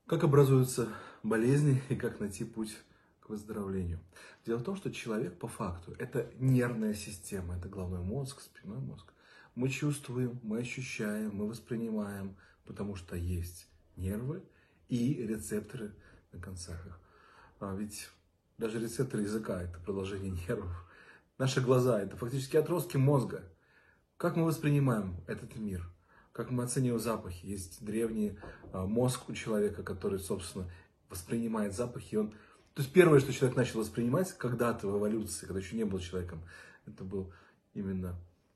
Как образуются болезни и как найти путь к выздоровлению? Дело в том, что человек по факту это нервная система, это головной мозг, спинной мозг. Мы чувствуем, мы ощущаем, мы воспринимаем, потому что есть нервы и рецепторы на концах их. Ведь даже рецепторы языка это продолжение нервов. Наши глаза это фактически отростки мозга. Как мы воспринимаем этот мир? Как мы оцениваем запахи? Есть древний мозг у человека, который, собственно, воспринимает запахи. То есть первое, что человек начал воспринимать когда-то в эволюции, когда еще не был человеком, это был именно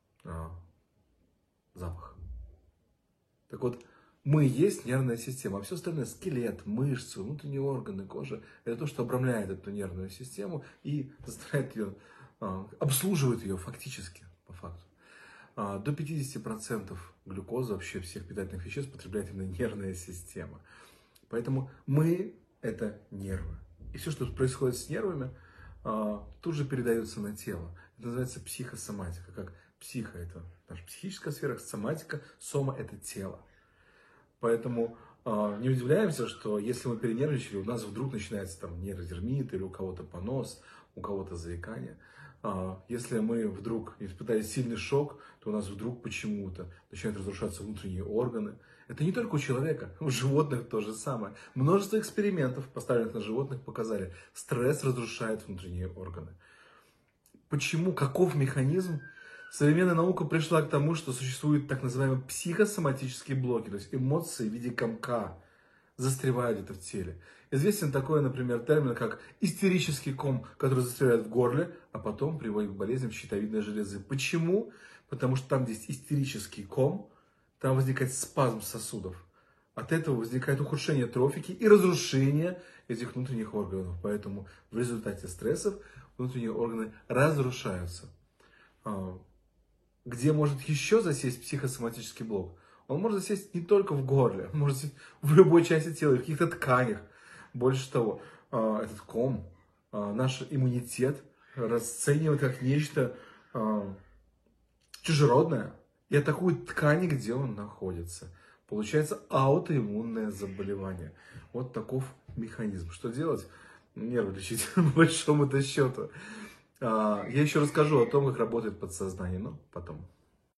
запах. Так вот, мы есть нервная система, а все остальное, скелет, мышцы, внутренние органы, кожа, это то, что обрамляет эту нервную систему и заставляет ее, обслуживает ее фактически, по факту. До 50% глюкозы, вообще всех питательных веществ потребляет именно нервная система. Поэтому мы – это нервы. И все, что происходит с нервами, тут же передается на тело. Это называется психосоматика. Как психо – это наша психическая сфера, соматика, сома – это тело. Поэтому не удивляемся, что если мы перенервничали, у нас вдруг начинается там нейродермит, или у кого-то понос, у кого-то заикание. Если мы вдруг испытали сильный шок, то у нас вдруг почему-то начинают разрушаться внутренние органы. Это не только у человека, у животных то же самое. Множество экспериментов, поставленных на животных, показали, стресс разрушает внутренние органы. Почему? Каков механизм? Современная наука пришла к тому, что существуют так называемые психосоматические блоки, то есть эмоции в виде комка застревают где-то в теле. Известен такой, например, термин, как истерический ком, который застревает в горле, а потом приводит к болезням щитовидной железы. Почему? Потому что там, где есть истерический ком, там возникает спазм сосудов. От этого возникает ухудшение трофики и разрушение этих внутренних органов. Поэтому в результате стрессов внутренние органы разрушаются. Где может еще засесть психосоматический блок? Он может засесть не только в горле, он может засесть в любой части тела, в каких-то тканях. Больше того, этот ком, наш иммунитет расценивает как нечто чужеродное и атакует ткани, где он находится. Получается аутоиммунное заболевание. Вот таков механизм. Что делать? Нервы лечить, по большому-то счету. Я еще расскажу о том, как работает подсознание, но потом.